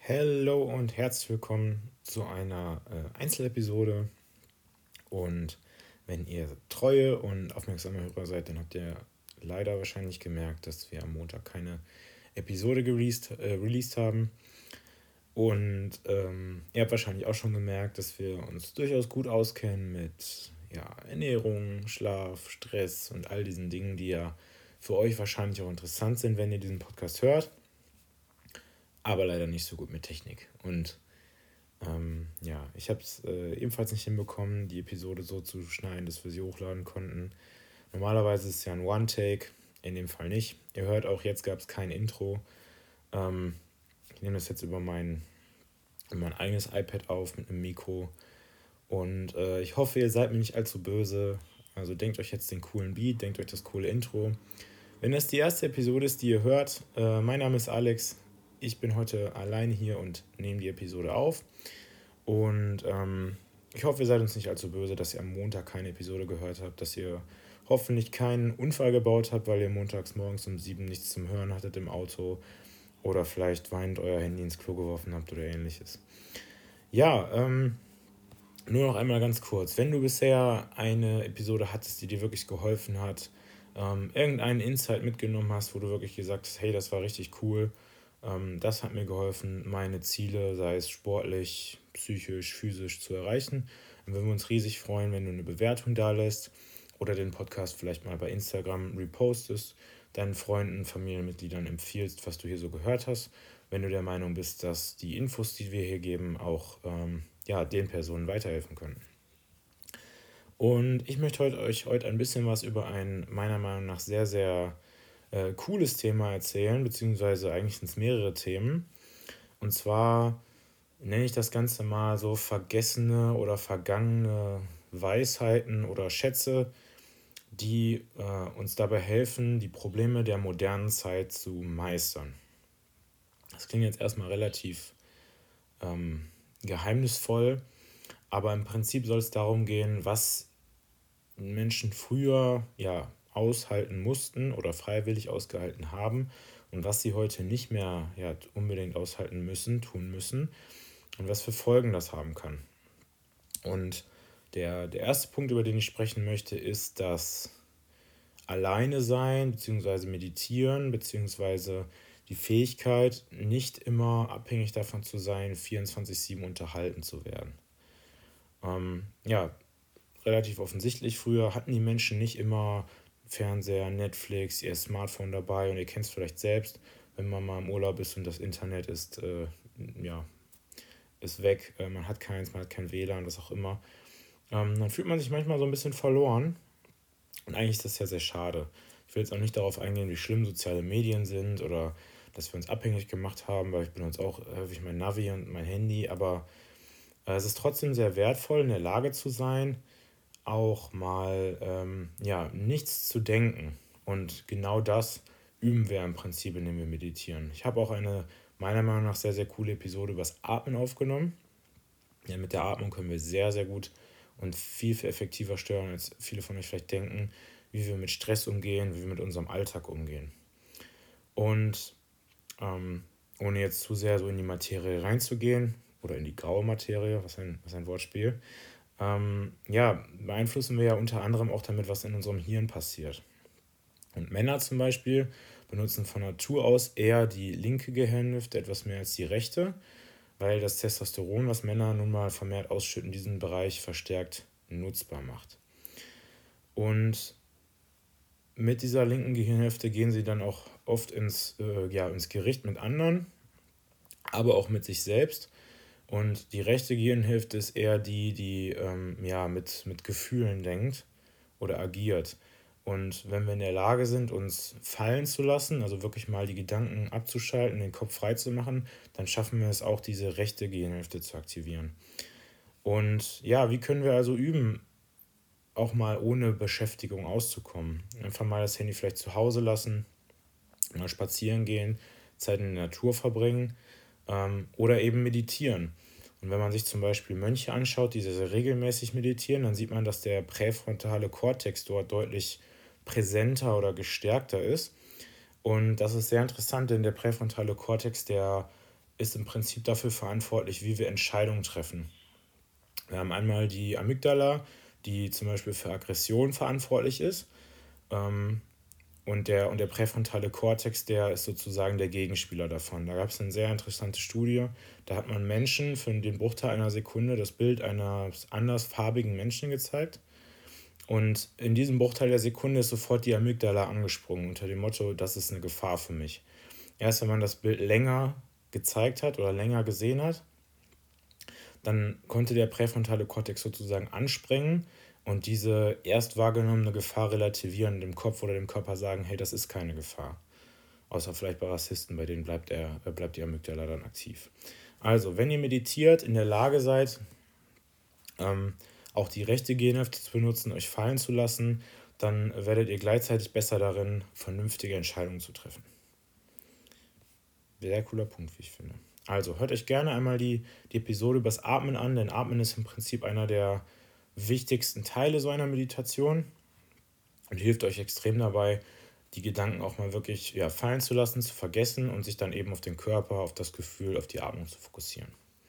Hallo und herzlich willkommen zu einer Einzelepisode. Und wenn ihr treue und aufmerksame Hörer seid, dann habt ihr leider wahrscheinlich gemerkt, dass wir am Montag keine Episode released haben. Und ihr habt wahrscheinlich auch schon gemerkt, dass wir uns durchaus gut auskennen mit Ernährung, Schlaf, Stress und all diesen Dingen, die ja für euch wahrscheinlich auch interessant sind, wenn ihr diesen Podcast hört, aber leider nicht so gut mit Technik. Und ich habe es ebenfalls nicht hinbekommen, die Episode so zu schneiden, dass wir sie hochladen konnten. Normalerweise ist es ja ein One-Take, in dem Fall nicht. Ihr hört auch, jetzt gab es kein Intro. Ich nehme das jetzt über mein eigenes iPad auf mit einem Mikro. Und ich hoffe, ihr seid mir nicht allzu böse. Also denkt euch jetzt den coolen Beat, denkt euch das coole Intro. Wenn das die erste Episode ist, die ihr hört, mein Name ist Alex. Ich bin heute alleine hier und nehme die Episode auf. Und ich hoffe, ihr seid uns nicht allzu böse, dass ihr am Montag keine Episode gehört habt, dass ihr hoffentlich keinen Unfall gebaut habt, weil ihr montags morgens um 7 nichts zum Hören hattet im Auto oder vielleicht weinend euer Handy ins Klo geworfen habt oder ähnliches. Ja, nur noch einmal ganz kurz. Wenn du bisher eine Episode hattest, die dir wirklich geholfen hat, irgendeinen Insight mitgenommen hast, wo du wirklich gesagt hast, hey, das war richtig cool, das hat mir geholfen, meine Ziele, sei es sportlich, psychisch, physisch, zu erreichen. Dann würden wir uns riesig freuen, wenn du eine Bewertung da lässt oder den Podcast vielleicht mal bei Instagram repostest, deinen Freunden, Familienmitgliedern empfiehlst, was du hier so gehört hast, wenn du der Meinung bist, dass die Infos, die wir hier geben, auch den Personen weiterhelfen können. Und ich möchte euch heute ein bisschen was über ein meiner Meinung nach sehr, sehr cooles Thema erzählen, beziehungsweise eigentlich sind es mehrere Themen. Und zwar nenne ich das Ganze mal so vergessene oder vergangene Weisheiten oder Schätze, die uns dabei helfen, die Probleme der modernen Zeit zu meistern. Das klingt jetzt erstmal relativ geheimnisvoll, aber im Prinzip soll es darum gehen, was Menschen früher aushalten mussten oder freiwillig ausgehalten haben und was sie heute nicht mehr unbedingt aushalten müssen, tun müssen und was für Folgen das haben kann. Und der erste Punkt, über den ich sprechen möchte, ist das Alleine sein bzw. meditieren bzw. die Fähigkeit, nicht immer abhängig davon zu sein, 24/7 unterhalten zu werden. Relativ offensichtlich, früher hatten die Menschen nicht immer Fernseher, Netflix, ihr Smartphone dabei und ihr kennt es vielleicht selbst, wenn man mal im Urlaub ist und das Internet ist weg, man hat keins, man hat kein WLAN, was auch immer, dann fühlt man sich manchmal so ein bisschen verloren und eigentlich ist das ja sehr schade. Ich will jetzt auch nicht darauf eingehen, wie schlimm soziale Medien sind oder dass wir uns abhängig gemacht haben, weil ich benutze auch häufig mein Navi und mein Handy, aber es ist trotzdem sehr wertvoll, in der Lage zu sein, auch mal nichts zu denken. Und genau das üben wir im Prinzip, indem wir meditieren. Ich habe auch eine meiner Meinung nach sehr, sehr coole Episode über das Atmen aufgenommen. Ja, mit der Atmung können wir sehr, sehr gut und viel, viel effektiver steuern, als viele von euch vielleicht denken, wie wir mit Stress umgehen, wie wir mit unserem Alltag umgehen. Und ohne jetzt zu sehr so in die Materie reinzugehen oder in die graue Materie, was ein Wortspiel, beeinflussen wir ja unter anderem auch damit, was in unserem Hirn passiert. Und Männer zum Beispiel benutzen von Natur aus eher die linke Gehirnhälfte etwas mehr als die rechte, weil das Testosteron, was Männer nun mal vermehrt ausschütten, diesen Bereich verstärkt nutzbar macht. Und mit dieser linken Gehirnhälfte gehen sie dann auch oft ins Gericht mit anderen, aber auch mit sich selbst. Und die rechte Gehirnhälfte ist eher die mit Gefühlen denkt oder agiert. Und wenn wir in der Lage sind, uns fallen zu lassen, also wirklich mal die Gedanken abzuschalten, den Kopf frei zu machen, dann schaffen wir es auch, diese rechte Gehirnhälfte zu aktivieren. Und ja, wie können wir also üben, auch mal ohne Beschäftigung auszukommen? Einfach mal das Handy vielleicht zu Hause lassen, mal spazieren gehen, Zeit in der Natur verbringen oder eben meditieren. Und wenn man sich zum Beispiel Mönche anschaut, die sehr, sehr regelmäßig meditieren, dann sieht man, dass der präfrontale Kortex dort deutlich präsenter oder gestärkter ist. Und das ist sehr interessant, denn der präfrontale Kortex, der ist im Prinzip dafür verantwortlich, wie wir Entscheidungen treffen. Wir haben einmal die Amygdala, die zum Beispiel für Aggression verantwortlich ist. Und der präfrontale Kortex, der ist sozusagen der Gegenspieler davon. Da gab es eine sehr interessante Studie. Da hat man Menschen für den Bruchteil einer Sekunde das Bild eines andersfarbigen Menschen gezeigt. Und in diesem Bruchteil der Sekunde ist sofort die Amygdala angesprungen unter dem Motto, das ist eine Gefahr für mich. Erst wenn man das Bild länger gezeigt hat oder länger gesehen hat, dann konnte der präfrontale Kortex sozusagen anspringen und diese erst wahrgenommene Gefahr relativieren, dem Kopf oder dem Körper sagen, hey, das ist keine Gefahr. Außer vielleicht bei Rassisten, bei denen bleibt die Amygdala dann aktiv. Also, wenn ihr meditiert, in der Lage seid, auch die rechte Gehirnhälfte zu benutzen, euch fallen zu lassen, dann werdet ihr gleichzeitig besser darin, vernünftige Entscheidungen zu treffen. Sehr cooler Punkt, wie ich finde. Also hört euch gerne einmal die Episode über das Atmen an, denn Atmen ist im Prinzip einer der wichtigsten Teile so einer Meditation und hilft euch extrem dabei, die Gedanken auch mal wirklich fallen zu lassen, zu vergessen und sich dann eben auf den Körper, auf das Gefühl, auf die Atmung zu fokussieren.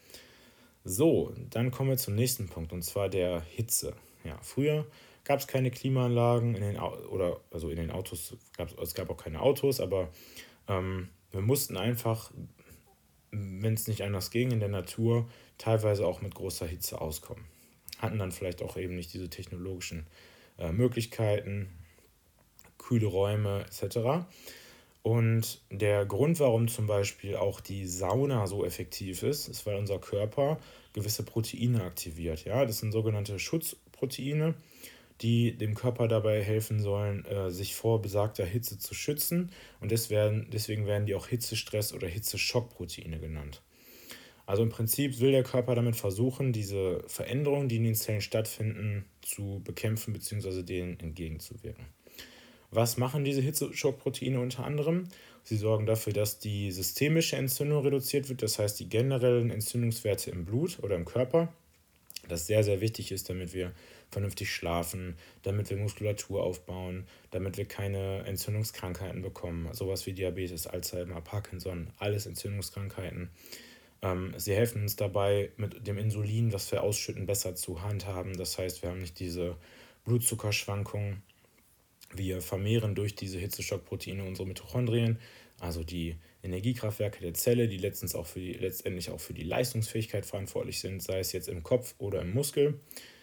So, dann kommen wir zum nächsten Punkt, und zwar der Hitze. Ja, früher gab es keine Klimaanlagen in den Autos, es gab auch keine Autos, aber wir mussten einfach, wenn es nicht anders ging, in der Natur teilweise auch mit großer Hitze auskommen. Hatten dann vielleicht auch eben nicht diese technologischen Möglichkeiten, kühle Räume etc. Und der Grund, warum zum Beispiel auch die Sauna so effektiv ist, weil unser Körper gewisse Proteine aktiviert. Ja? Das sind sogenannte Schutzproteine, die dem Körper dabei helfen sollen, sich vor besagter Hitze zu schützen. Und deswegen werden die auch Hitzestress- oder Hitzeschockproteine genannt. Also im Prinzip will der Körper damit versuchen, diese Veränderungen, die in den Zellen stattfinden, zu bekämpfen bzw. denen entgegenzuwirken. Was machen diese Hitzeschockproteine unter anderem? Sie sorgen dafür, dass die systemische Entzündung reduziert wird, das heißt die generellen Entzündungswerte im Blut oder im Körper, das sehr, sehr wichtig ist, damit wir vernünftig schlafen, damit wir Muskulatur aufbauen, damit wir keine Entzündungskrankheiten bekommen, sowas wie Diabetes, Alzheimer, Parkinson, alles Entzündungskrankheiten. Sie helfen uns dabei, mit dem Insulin, was wir ausschütten, besser zu handhaben. Das heißt, wir haben nicht diese Blutzuckerschwankungen. Wir vermehren durch diese Hitzeschockproteine unsere Mitochondrien, also die Energiekraftwerke der Zelle, die letztendlich auch für die Leistungsfähigkeit verantwortlich sind, sei es jetzt im Kopf oder im Muskel.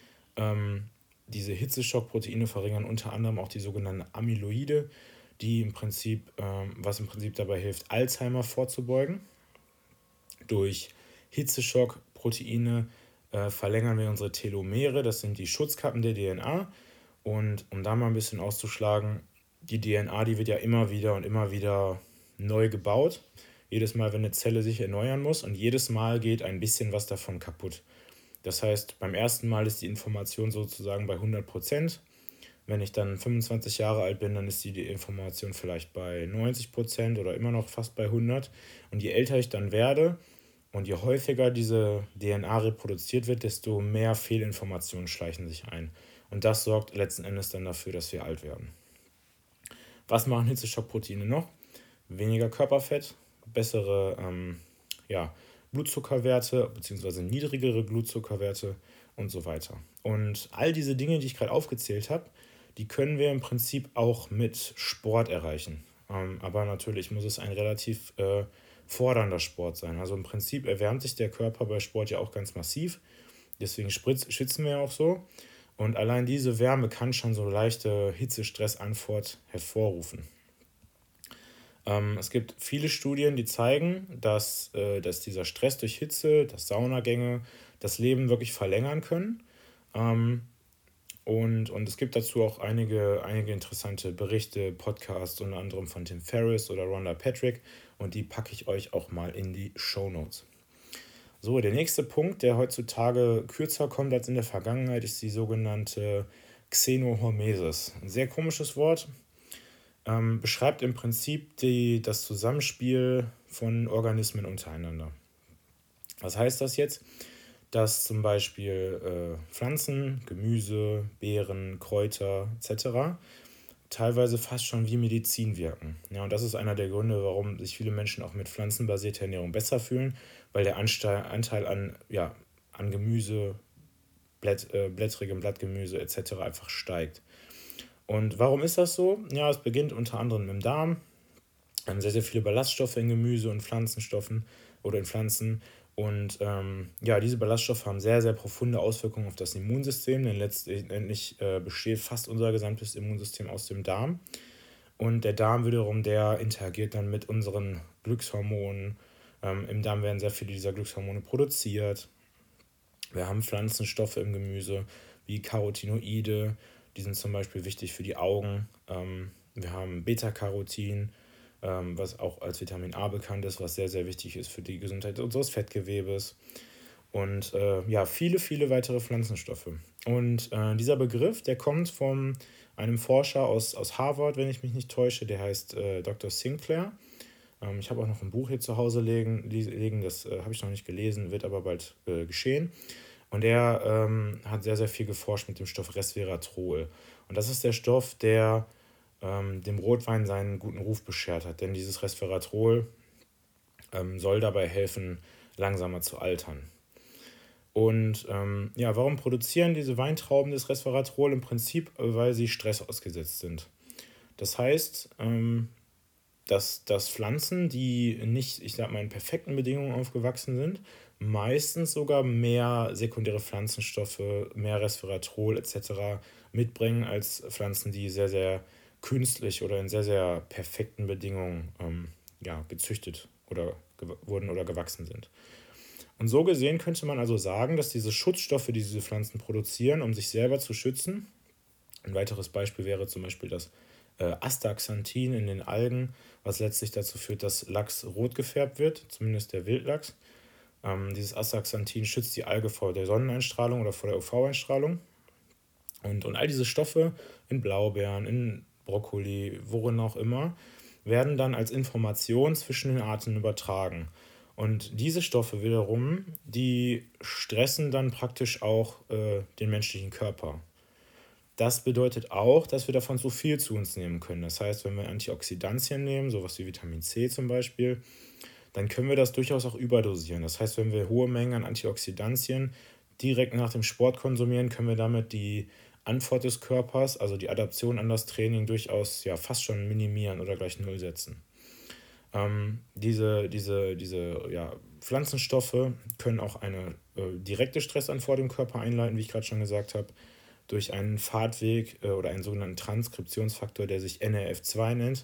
Diese Hitzeschockproteine verringern unter anderem auch die sogenannten Amyloide, was im Prinzip dabei hilft, Alzheimer vorzubeugen. Durch Hitzeschockproteine verlängern wir unsere Telomere, das sind die Schutzkappen der DNA. Und um da mal ein bisschen auszuschlagen, die DNA, die wird ja immer wieder neu gebaut. Jedes Mal, wenn eine Zelle sich erneuern muss, und jedes Mal geht ein bisschen was davon kaputt. Das heißt, beim ersten Mal ist die Information sozusagen bei 100%. Wenn ich dann 25 Jahre alt bin, dann ist die Information vielleicht bei 90% oder immer noch fast bei 100%. Und je älter ich dann werde und je häufiger diese DNA reproduziert wird, desto mehr Fehlinformationen schleichen sich ein. Und das sorgt letzten Endes dann dafür, dass wir alt werden. Was machen Hitzeschockproteine noch? Weniger Körperfett, bessere Blutzuckerwerte bzw. niedrigere Blutzuckerwerte und so weiter. Und all diese Dinge, die ich gerade aufgezählt habe, die können wir im Prinzip auch mit Sport erreichen. Aber natürlich muss es ein relativ fordernder Sport sein. Also im Prinzip erwärmt sich der Körper bei Sport ja auch ganz massiv. Deswegen schwitzen wir ja auch so. Und allein diese Wärme kann schon so leichte Hitzestressantwort hervorrufen. Es gibt viele Studien, die zeigen, dass dieser Stress durch Hitze, dass Saunagänge das Leben wirklich verlängern können. Und es gibt dazu auch einige interessante Berichte, Podcasts, unter anderem von Tim Ferriss oder Rhonda Patrick. Und die packe ich euch auch mal in die Shownotes. So, der nächste Punkt, der heutzutage kürzer kommt als in der Vergangenheit, ist die sogenannte Xenohormesis. Ein sehr komisches Wort. Beschreibt im Prinzip das Zusammenspiel von Organismen untereinander. Was heißt das jetzt? Dass zum Beispiel Pflanzen, Gemüse, Beeren, Kräuter etc. teilweise fast schon wie Medizin wirken. Ja, und das ist einer der Gründe, warum sich viele Menschen auch mit pflanzenbasierter Ernährung besser fühlen, weil der Anteil an, ja, an Gemüse, blättrigem Blattgemüse etc. einfach steigt. Und warum ist das so? Ja, es beginnt unter anderem im Darm. Wir haben sehr, sehr viele Ballaststoffe in Gemüse und Pflanzenstoffen oder in Pflanzen. Und ja, diese Ballaststoffe haben sehr, sehr profunde Auswirkungen auf das Immunsystem, denn letztendlich besteht fast unser gesamtes Immunsystem aus dem Darm. Und der Darm wiederum, der interagiert dann mit unseren Glückshormonen. Im Darm werden sehr viele dieser Glückshormone produziert. Wir haben Pflanzenstoffe im Gemüse wie Carotinoide, die sind zum Beispiel wichtig für die Augen. Wir haben Beta-Carotin, was auch als Vitamin A bekannt ist, was sehr, sehr wichtig ist für die Gesundheit unseres Fettgewebes. Und ja, viele, viele weitere Pflanzenstoffe. Und dieser Begriff, der kommt von einem Forscher aus Harvard, wenn ich mich nicht täusche, der heißt Dr. Sinclair. Ich habe auch noch ein Buch hier zu Hause liegen, das habe ich noch nicht gelesen, wird aber bald geschehen. Und er hat sehr, sehr viel geforscht mit dem Stoff Resveratrol. Und das ist der Stoff, der dem Rotwein seinen guten Ruf beschert hat. Denn dieses Resveratrol soll dabei helfen, langsamer zu altern. Und ja, warum produzieren diese Weintrauben das Resveratrol? Im Prinzip, weil sie Stress ausgesetzt sind. Das heißt, dass Pflanzen, die nicht, ich sag mal, in perfekten Bedingungen aufgewachsen sind, meistens sogar mehr sekundäre Pflanzenstoffe, mehr Resveratrol etc. mitbringen als Pflanzen, die sehr, sehr künstlich oder in sehr, sehr perfekten Bedingungen ja, gezüchtet wurden oder gewachsen sind. Und so gesehen könnte man also sagen, dass diese Schutzstoffe, die diese Pflanzen produzieren, um sich selber zu schützen, ein weiteres Beispiel wäre zum Beispiel das Astaxanthin in den Algen, was letztlich dazu führt, dass Lachs rot gefärbt wird, zumindest der Wildlachs. Dieses Astaxanthin schützt die Alge vor der Sonneneinstrahlung oder vor der UV-Einstrahlung. Und all diese Stoffe in Blaubeeren, in Brokkoli, worin auch immer, werden dann als Information zwischen den Arten übertragen. Und diese Stoffe wiederum, die stressen dann praktisch auch den menschlichen Körper. Das bedeutet auch, dass wir davon zu viel zu uns nehmen können. Das heißt, wenn wir Antioxidantien nehmen, sowas wie Vitamin C zum Beispiel, dann können wir das durchaus auch überdosieren. Das heißt, wenn wir hohe Mengen an Antioxidantien direkt nach dem Sport konsumieren, können wir damit die Antwort des Körpers, also die Adaption an das Training, durchaus ja fast schon minimieren oder gleich null setzen. Diese ja, Pflanzenstoffe können auch eine direkte Stressantwort im Körper einleiten, wie ich gerade schon gesagt habe, durch einen Fahrtweg oder einen sogenannten Transkriptionsfaktor, der sich NRF2 nennt.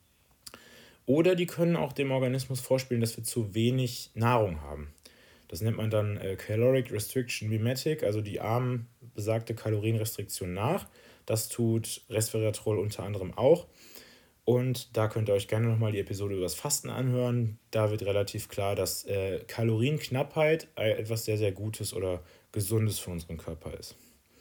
Oder die können auch dem Organismus vorspielen, dass wir zu wenig Nahrung haben. Das nennt man dann Caloric Restriction Mimetic, also die ahmen besagte Kalorienrestriktion nach. Das tut Resveratrol unter anderem auch. Und da könnt ihr euch gerne nochmal die Episode über das Fasten anhören. Da wird relativ klar, dass Kalorienknappheit etwas sehr, sehr Gutes oder Gesundes für unseren Körper ist.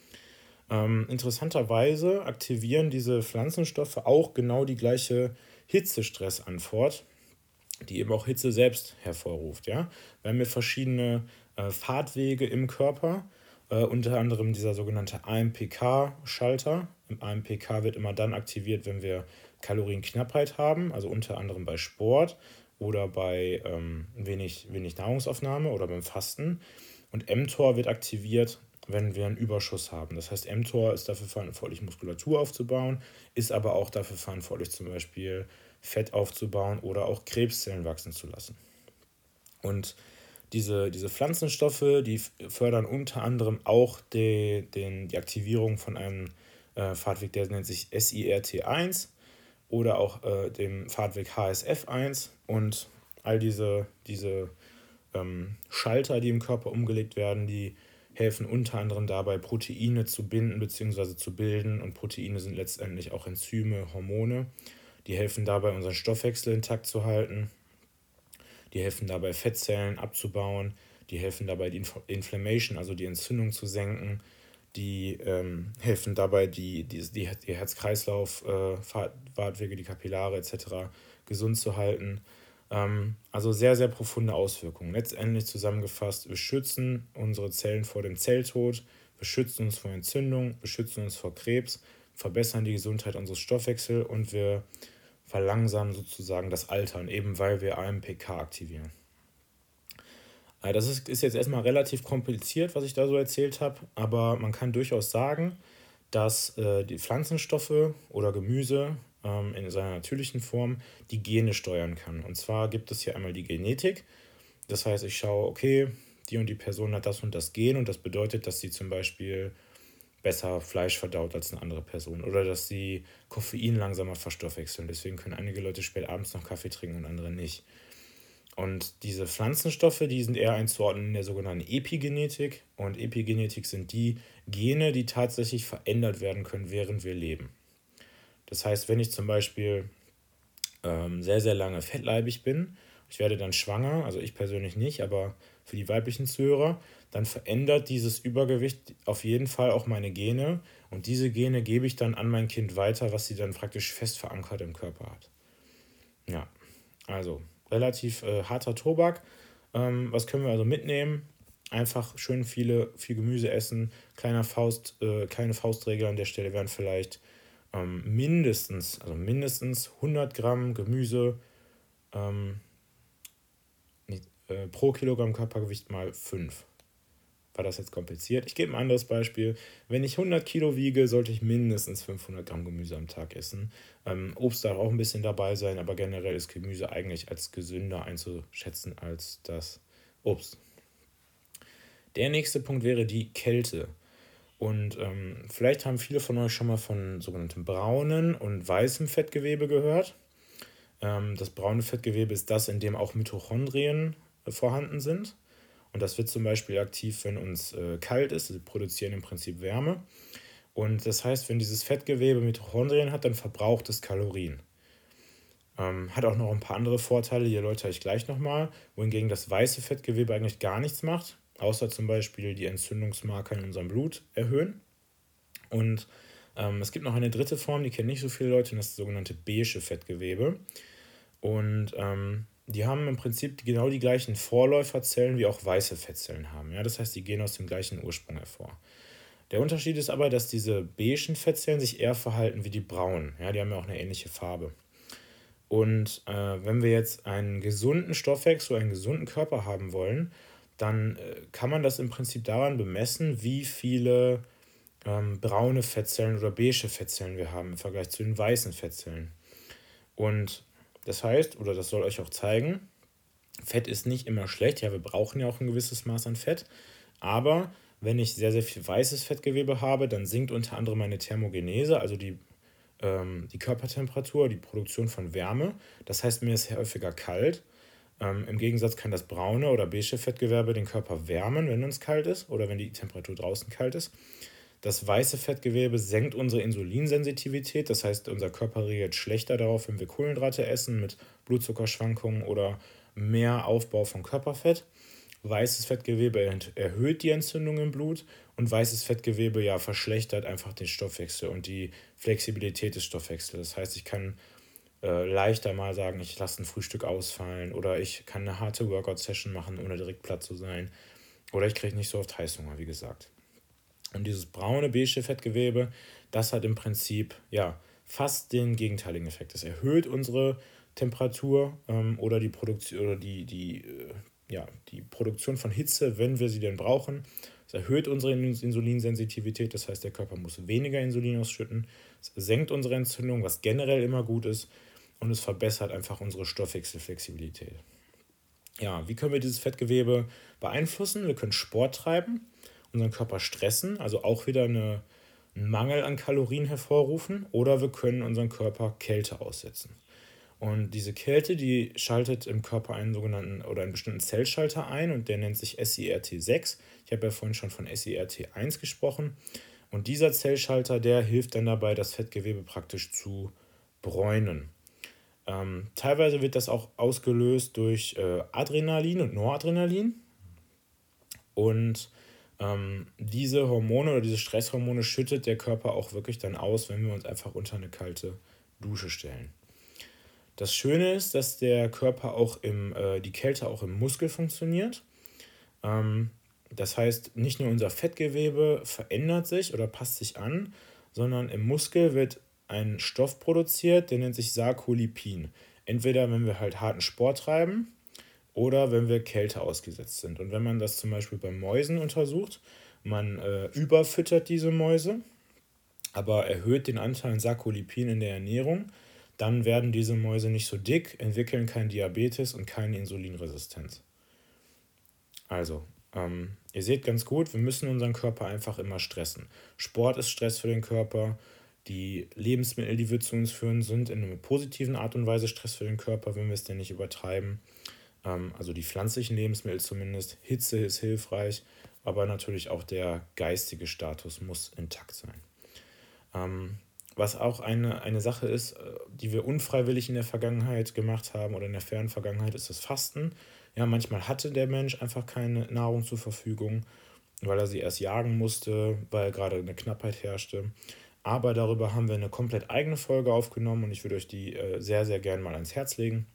Interessanterweise aktivieren diese Pflanzenstoffe auch genau die gleiche Hitzestressantwort, die eben auch Hitze selbst hervorruft. Ja? Wir haben hier verschiedene Fahrtwege im Körper, unter anderem dieser sogenannte AMPK-Schalter. Im AMPK wird immer dann aktiviert, wenn wir Kalorienknappheit haben, also unter anderem bei Sport oder bei wenig Nahrungsaufnahme oder beim Fasten. Und mTOR wird aktiviert, wenn wir einen Überschuss haben. Das heißt, mTOR ist dafür verantwortlich, Muskulatur aufzubauen, ist aber auch dafür verantwortlich, zum Beispiel Fett aufzubauen oder auch Krebszellen wachsen zu lassen. Und diese Pflanzenstoffe, die fördern unter anderem auch die Aktivierung von einem Fahrtweg, der nennt sich SIRT1 oder auch dem Fahrtweg HSF1. Und all diese Schalter, die im Körper umgelegt werden, die helfen unter anderem dabei, Proteine zu binden bzw. zu bilden. Und Proteine sind letztendlich auch Enzyme, Hormone. Die helfen dabei, unseren Stoffwechsel intakt zu halten. Die helfen dabei, Fettzellen abzubauen. Die helfen dabei, die Inflammation, also die Entzündung zu senken. Die helfen dabei, die Herz-Kreislauf-Fahrtwege, die Kapillare etc. gesund zu halten. Also sehr, sehr profunde Auswirkungen. Letztendlich zusammengefasst, wir schützen unsere Zellen vor dem Zelltod, wir schützen uns vor Entzündung, wir schützen uns vor Krebs, verbessern die Gesundheit unseres Stoffwechsels und wir verlangsamen sozusagen das Altern, eben weil wir AMPK aktivieren. Das ist jetzt erstmal relativ kompliziert, was ich da so erzählt habe, aber man kann durchaus sagen, dass die Pflanzenstoffe oder Gemüse in seiner natürlichen Form die Gene steuern kann. Und zwar gibt es hier einmal die Genetik. Das heißt, ich schaue, okay, die und die Person hat das und das Gen und das bedeutet, dass sie zum Beispiel besser Fleisch verdaut als eine andere Person oder dass sie Koffein langsamer verstoffwechseln. Deswegen können einige Leute spät abends noch Kaffee trinken und andere nicht. Und diese Pflanzenstoffe, die sind eher einzuordnen in der sogenannten Epigenetik. Und Epigenetik sind die Gene, die tatsächlich verändert werden können, während wir leben. Das heißt, wenn ich zum Beispiel sehr, sehr lange fettleibig bin, ich werde dann schwanger, also ich persönlich nicht, aber für die weiblichen Zuhörer, dann verändert dieses Übergewicht auf jeden Fall auch meine Gene. Und diese Gene gebe ich dann an mein Kind weiter, was sie dann praktisch fest verankert im Körper hat. Ja, also relativ harter Tobak. Was können wir also mitnehmen? Einfach schön viel Gemüse essen. Kleine Faustregel an der Stelle wären vielleicht mindestens 100 Gramm Gemüse pro Kilogramm Körpergewicht mal 5. War das jetzt kompliziert? Ich gebe ein anderes Beispiel. Wenn ich 100 Kilo wiege, sollte ich mindestens 500 Gramm Gemüse am Tag essen. Obst darf auch ein bisschen dabei sein, aber generell ist Gemüse eigentlich als gesünder einzuschätzen als das Obst. Der nächste Punkt wäre die Kälte. Und vielleicht haben viele von euch schon mal von sogenanntem braunen und weißem Fettgewebe gehört. Das braune Fettgewebe ist das, in dem auch Mitochondrien vorhanden sind. Und das wird zum Beispiel aktiv, wenn uns kalt ist. Sie produzieren im Prinzip Wärme. Und das heißt, wenn dieses Fettgewebe Mitochondrien hat, dann verbraucht es Kalorien. Hat auch noch ein paar andere Vorteile, die erläutere ich gleich nochmal. Wohingegen das weiße Fettgewebe eigentlich gar nichts macht, außer zum Beispiel die Entzündungsmarker in unserem Blut erhöhen. Und es gibt noch eine dritte Form, die kennen nicht so viele Leute, und das ist das sogenannte beige Fettgewebe. Und die haben im Prinzip genau die gleichen Vorläuferzellen, wie auch weiße Fettzellen haben. Ja? Das heißt, die gehen aus dem gleichen Ursprung hervor. Der Unterschied ist aber, dass diese beigen Fettzellen sich eher verhalten wie die braunen. Ja? Die haben ja auch eine ähnliche Farbe. Und wenn wir jetzt einen gesunden Stoffwechsel, einen gesunden Körper haben wollen, dann kann man das im Prinzip daran bemessen, wie viele braune Fettzellen oder beige Fettzellen wir haben im Vergleich zu den weißen Fettzellen. Und das heißt, oder das soll euch auch zeigen, Fett ist nicht immer schlecht. Ja, wir brauchen ja auch ein gewisses Maß an Fett. Aber wenn ich sehr, sehr viel weißes Fettgewebe habe, dann sinkt unter anderem meine Thermogenese, also die Körpertemperatur, die Produktion von Wärme. Das heißt, mir ist häufiger kalt. Im Gegensatz kann das braune oder beige Fettgewebe den Körper wärmen, wenn uns kalt ist oder wenn die Temperatur draußen kalt ist. Das weiße Fettgewebe senkt unsere Insulinsensitivität, das heißt, unser Körper reagiert schlechter darauf, wenn wir Kohlenhydrate essen mit Blutzuckerschwankungen oder mehr Aufbau von Körperfett. Weißes Fettgewebe erhöht die Entzündung im Blut und weißes Fettgewebe verschlechtert einfach den Stoffwechsel und die Flexibilität des Stoffwechsels. Das heißt, ich kann leichter mal sagen, ich lasse ein Frühstück ausfallen oder ich kann eine harte Workout-Session machen, ohne direkt platt zu sein. Oder ich kriege nicht so oft Heißhunger, wie gesagt. Und dieses braune, beige Fettgewebe, das hat im Prinzip fast den gegenteiligen Effekt. Es erhöht unsere Temperatur oder die Produktion oder die Produktion von Hitze, wenn wir sie denn brauchen. Es erhöht unsere Insulinsensitivität, das heißt, der Körper muss weniger Insulin ausschütten. Es senkt unsere Entzündung, was generell immer gut ist. Und es verbessert einfach unsere Stoffwechselflexibilität. Ja, wie können wir dieses Fettgewebe beeinflussen? Wir können Sport treiben, unseren Körper stressen, also auch wieder einen Mangel an Kalorien hervorrufen, oder wir können unseren Körper Kälte aussetzen. Und diese Kälte, die schaltet im Körper einen bestimmten Zellschalter ein und der nennt sich SIRT6. Ich habe ja vorhin schon von SIRT1 gesprochen. Und dieser Zellschalter, der hilft dann dabei, das Fettgewebe praktisch zu bräunen. Teilweise wird das auch ausgelöst durch Adrenalin und Noradrenalin. Und diese Hormone oder diese Stresshormone schüttet der Körper auch wirklich dann aus, wenn wir uns einfach unter eine kalte Dusche stellen. Das Schöne ist, dass der Körper auch die Kälte auch im Muskel funktioniert. Das heißt, nicht nur unser Fettgewebe verändert sich oder passt sich an, sondern im Muskel wird ein Stoff produziert, der nennt sich Sarkolipin. Entweder wenn wir halt harten Sport treiben oder wenn wir Kälte ausgesetzt sind. Und wenn man das zum Beispiel bei Mäusen untersucht, man überfüttert diese Mäuse, aber erhöht den Anteil an Sarkolipin in der Ernährung, dann werden diese Mäuse nicht so dick, entwickeln keinen Diabetes und keine Insulinresistenz. Also, ihr seht ganz gut, wir müssen unseren Körper einfach immer stressen. Sport ist Stress für den Körper. Die Lebensmittel, die wir zu uns führen, sind in einer positiven Art und Weise Stress für den Körper, wenn wir es denn nicht übertreiben. Also die pflanzlichen Lebensmittel zumindest. Hitze ist hilfreich, aber natürlich auch der geistige Status muss intakt sein. Was auch eine Sache ist, die wir unfreiwillig in der Vergangenheit gemacht haben oder in der fernen Vergangenheit, ist das Fasten. Ja, manchmal hatte der Mensch einfach keine Nahrung zur Verfügung, weil er sie erst jagen musste, weil gerade eine Knappheit herrschte. Aber darüber haben wir eine komplett eigene Folge aufgenommen und ich würde euch die sehr, sehr gerne mal ans Herz legen.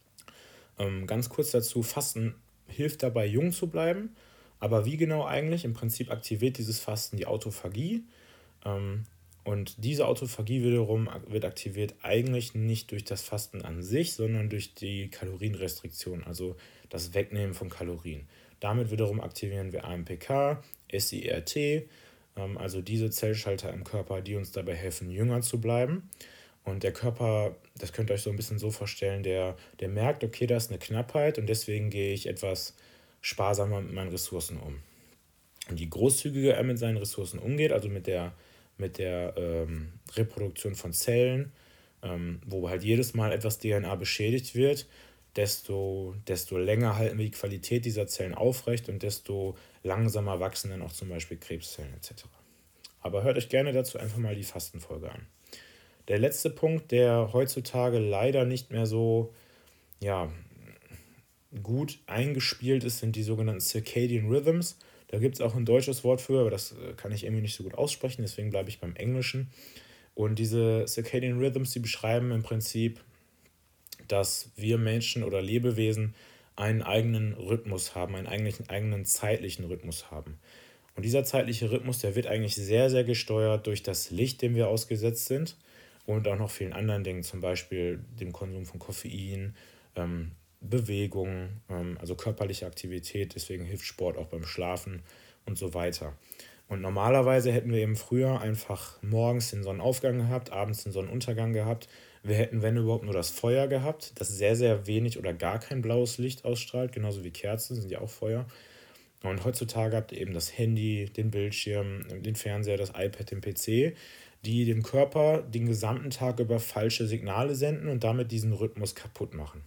Ganz kurz dazu, Fasten hilft dabei, jung zu bleiben. Aber wie genau eigentlich? Im Prinzip aktiviert dieses Fasten die Autophagie. Und diese Autophagie wiederum wird aktiviert eigentlich nicht durch das Fasten an sich, sondern durch die Kalorienrestriktion, also das Wegnehmen von Kalorien. Damit wiederum aktivieren wir AMPK, SIRT, also diese Zellschalter im Körper, die uns dabei helfen, jünger zu bleiben. Und der Körper, das könnt ihr euch so ein bisschen so vorstellen, der merkt, okay, da ist eine Knappheit und deswegen gehe ich etwas sparsamer mit meinen Ressourcen um. Und je großzügiger er mit seinen Ressourcen umgeht, also mit der Reproduktion von Zellen, wo halt jedes Mal etwas DNA beschädigt wird, desto länger halten wir die Qualität dieser Zellen aufrecht und desto langsamer wachsen dann auch zum Beispiel Krebszellen etc. Aber hört euch gerne dazu einfach mal die Fastenfolge an. Der letzte Punkt, der heutzutage leider nicht mehr so gut eingespielt ist, sind die sogenannten Circadian Rhythms. Da gibt es auch ein deutsches Wort für, aber das kann ich irgendwie nicht so gut aussprechen, deswegen bleibe ich beim Englischen. Und diese Circadian Rhythms, die beschreiben im Prinzip, dass wir Menschen oder Lebewesen einen eigenen Rhythmus haben, einen eigenen zeitlichen Rhythmus haben. Und dieser zeitliche Rhythmus, der wird eigentlich sehr, sehr gesteuert durch das Licht, dem wir ausgesetzt sind und auch noch vielen anderen Dingen, zum Beispiel dem Konsum von Koffein, Bewegung, also körperliche Aktivität, deswegen hilft Sport auch beim Schlafen und so weiter. Und normalerweise hätten wir eben früher einfach morgens den Sonnenaufgang gehabt, abends den Sonnenuntergang gehabt. Wir hätten, wenn überhaupt, nur das Feuer gehabt, das sehr, sehr wenig oder gar kein blaues Licht ausstrahlt, genauso wie Kerzen, sind ja auch Feuer. Und heutzutage habt ihr eben das Handy, den Bildschirm, den Fernseher, das iPad, den PC, die dem Körper den gesamten Tag über falsche Signale senden und damit diesen Rhythmus kaputt machen.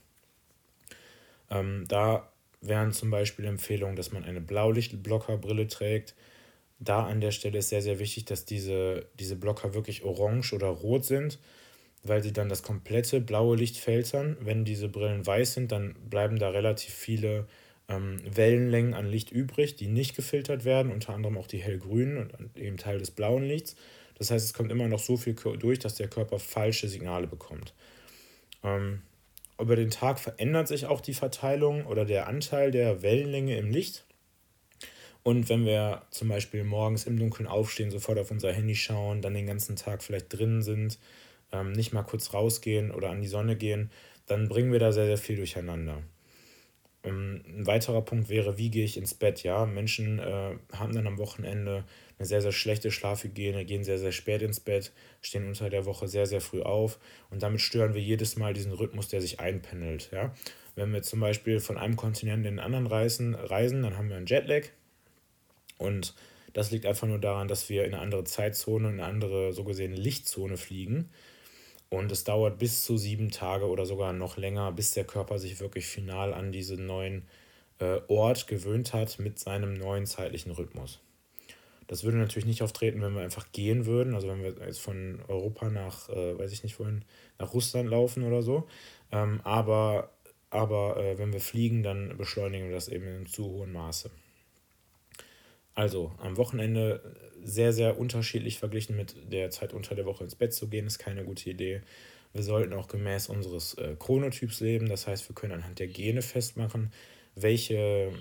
Da wären zum Beispiel Empfehlungen, dass man eine Blaulichtblockerbrille trägt. Da an der Stelle ist sehr, sehr wichtig, dass diese Blocker wirklich orange oder rot sind, weil sie dann das komplette blaue Licht filtern. Wenn diese Brillen weiß sind, dann bleiben da relativ viele Wellenlängen an Licht übrig, die nicht gefiltert werden, unter anderem auch die hellgrünen und eben Teil des blauen Lichts. Das heißt, es kommt immer noch so viel durch, dass der Körper falsche Signale bekommt. Über den Tag verändert sich auch die Verteilung oder der Anteil der Wellenlänge im Licht. Und wenn wir zum Beispiel morgens im Dunkeln aufstehen, sofort auf unser Handy schauen, dann den ganzen Tag vielleicht drin sind, nicht mal kurz rausgehen oder an die Sonne gehen, dann bringen wir da sehr, sehr viel durcheinander. Ein weiterer Punkt wäre, wie gehe ich ins Bett? Ja, Menschen haben dann am Wochenende eine sehr, sehr schlechte Schlafhygiene, gehen sehr, sehr spät ins Bett, stehen unter der Woche sehr, sehr früh auf und damit stören wir jedes Mal diesen Rhythmus, der sich einpendelt. Ja? Wenn wir zum Beispiel von einem Kontinent in den anderen reisen, dann haben wir einen Jetlag und das liegt einfach nur daran, dass wir in eine andere Zeitzone, in eine andere so gesehen Lichtzone fliegen. Und es dauert bis zu 7 Tage oder sogar noch länger, bis der Körper sich wirklich final an diesen neuen Ort gewöhnt hat mit seinem neuen zeitlichen Rhythmus. Das würde natürlich nicht auftreten, wenn wir einfach gehen würden, also wenn wir jetzt von Europa nach, weiß ich nicht wohin, nach Russland laufen oder so. Aber wenn wir fliegen, dann beschleunigen wir das eben in einem zu hohen Maße. Also am Wochenende sehr, sehr unterschiedlich verglichen mit der Zeit unter der Woche ins Bett zu gehen, ist keine gute Idee. Wir sollten auch gemäß unseres Chronotyps leben, das heißt, wir können anhand der Gene festmachen, welche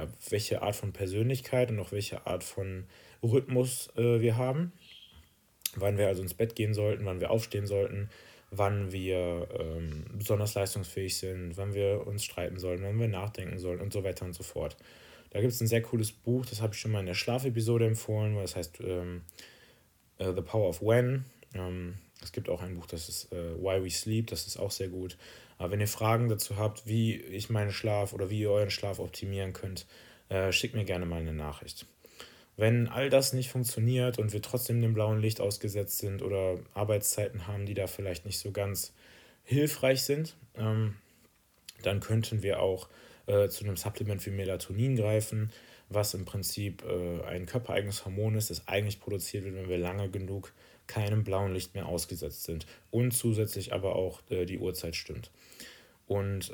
Art von Persönlichkeit und auch welche Art von Rhythmus wir haben. wann wir also ins Bett gehen sollten, wann wir aufstehen sollten, wann wir besonders leistungsfähig sind, wann wir uns streiten sollen, wann wir nachdenken sollen und so weiter und so fort. Da gibt es ein sehr cooles Buch, das habe ich schon mal in der Schlafepisode empfohlen, weil das heißt The Power of When. Es gibt auch ein Buch, das ist Why We Sleep, das ist auch sehr gut. Aber wenn ihr Fragen dazu habt, wie ich meinen Schlaf oder wie ihr euren Schlaf optimieren könnt, schickt mir gerne mal eine Nachricht. Wenn all das nicht funktioniert und wir trotzdem dem blauen Licht ausgesetzt sind oder Arbeitszeiten haben, die da vielleicht nicht so ganz hilfreich sind, dann könnten wir auch zu einem Supplement wie Melatonin greifen, was im Prinzip ein körpereigenes Hormon ist, das eigentlich produziert wird, wenn wir lange genug keinem blauen Licht mehr ausgesetzt sind und zusätzlich aber auch die Uhrzeit stimmt. Und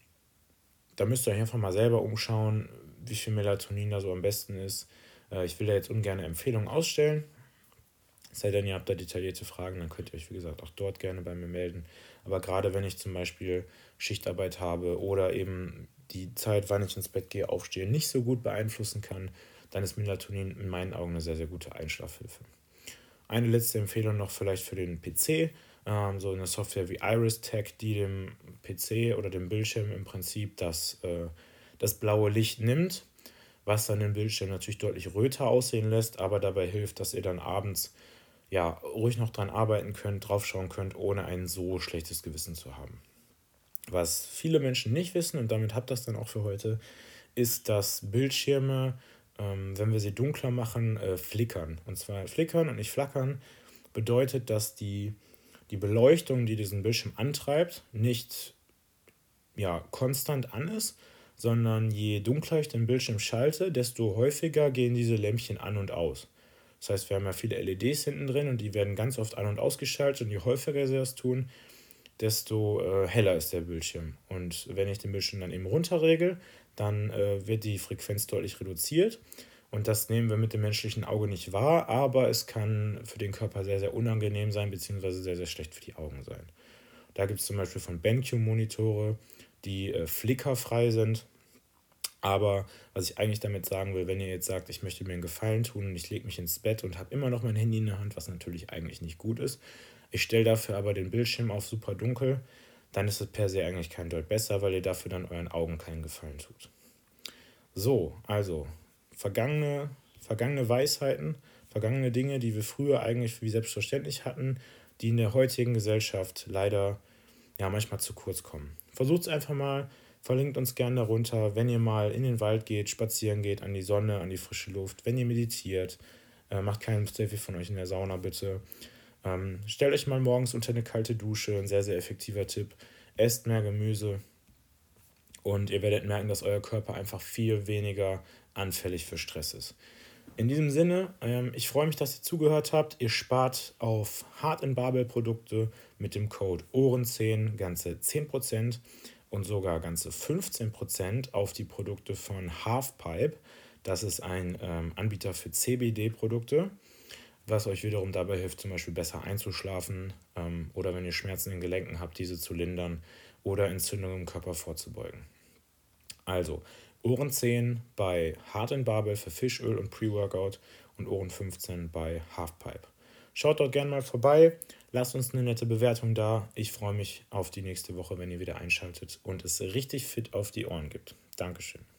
da müsst ihr euch einfach mal selber umschauen, wie viel Melatonin da so am besten ist. Ich will da jetzt ungern Empfehlungen ausstellen. Es sei denn, ihr habt da detaillierte Fragen, dann könnt ihr euch, wie gesagt, auch dort gerne bei mir melden. Aber gerade wenn ich zum Beispiel Schichtarbeit habe oder eben die Zeit, wann ich ins Bett gehe, aufstehe, nicht so gut beeinflussen kann, dann ist Melatonin in meinen Augen eine sehr, sehr gute Einschlafhilfe. Eine letzte Empfehlung noch vielleicht für den PC, so eine Software wie IrisTech, die dem PC oder dem Bildschirm im Prinzip das blaue Licht nimmt, was dann den Bildschirm natürlich deutlich röter aussehen lässt, aber dabei hilft, dass ihr dann abends ja ruhig noch dran arbeiten könnt, draufschauen könnt, ohne ein so schlechtes Gewissen zu haben. Was viele Menschen nicht wissen, und damit habt ihr das dann auch für heute, ist, dass Bildschirme, wenn wir sie dunkler machen, flickern. Und zwar flickern und nicht flackern bedeutet, dass die Beleuchtung, die diesen Bildschirm antreibt, nicht konstant an ist, sondern je dunkler ich den Bildschirm schalte, desto häufiger gehen diese Lämpchen an und aus. Das heißt, wir haben ja viele LEDs hinten drin und die werden ganz oft an- und ausgeschaltet und je häufiger sie das tun, desto heller ist der Bildschirm. Und wenn ich den Bildschirm dann eben runterregel, dann wird die Frequenz deutlich reduziert. Und das nehmen wir mit dem menschlichen Auge nicht wahr, aber es kann für den Körper sehr, sehr unangenehm sein, beziehungsweise sehr, sehr schlecht für die Augen sein. Da gibt es zum Beispiel von BenQ-Monitore, die flickerfrei sind. Aber was ich eigentlich damit sagen will, wenn ihr jetzt sagt, ich möchte mir einen Gefallen tun und ich lege mich ins Bett und habe immer noch mein Handy in der Hand, was natürlich eigentlich nicht gut ist, ich stelle dafür aber den Bildschirm auf super dunkel, dann ist es per se eigentlich kein Deut besser, weil ihr dafür dann euren Augen keinen Gefallen tut. So, also vergangene Weisheiten, vergangene Dinge, die wir früher eigentlich wie selbstverständlich hatten, die in der heutigen Gesellschaft leider manchmal zu kurz kommen. Versucht es einfach mal, verlinkt uns gerne darunter, wenn ihr mal in den Wald geht, spazieren geht, an die Sonne, an die frische Luft, wenn ihr meditiert, macht keinen Selfie von euch in der Sauna bitte. Stellt euch mal morgens unter eine kalte Dusche, ein sehr, sehr effektiver Tipp. Esst mehr Gemüse und ihr werdet merken, dass euer Körper einfach viel weniger anfällig für Stress ist. In diesem Sinne, ich freue mich, dass ihr zugehört habt. Ihr spart auf Hart Babel Produkte mit dem Code Ohren10 ganze 10% und sogar ganze 15% auf die Produkte von Halfpipe. Das ist ein Anbieter für CBD-Produkte, was euch wiederum dabei hilft, zum Beispiel besser einzuschlafen oder wenn ihr Schmerzen in den Gelenken habt, diese zu lindern oder Entzündungen im Körper vorzubeugen. Also, Ohren 10 bei Hart Babel für Fischöl und Pre-Workout und Ohren 15 bei Halfpipe. Schaut dort gerne mal vorbei, lasst uns eine nette Bewertung da. Ich freue mich auf die nächste Woche, wenn ihr wieder einschaltet und es richtig fit auf die Ohren gibt. Dankeschön.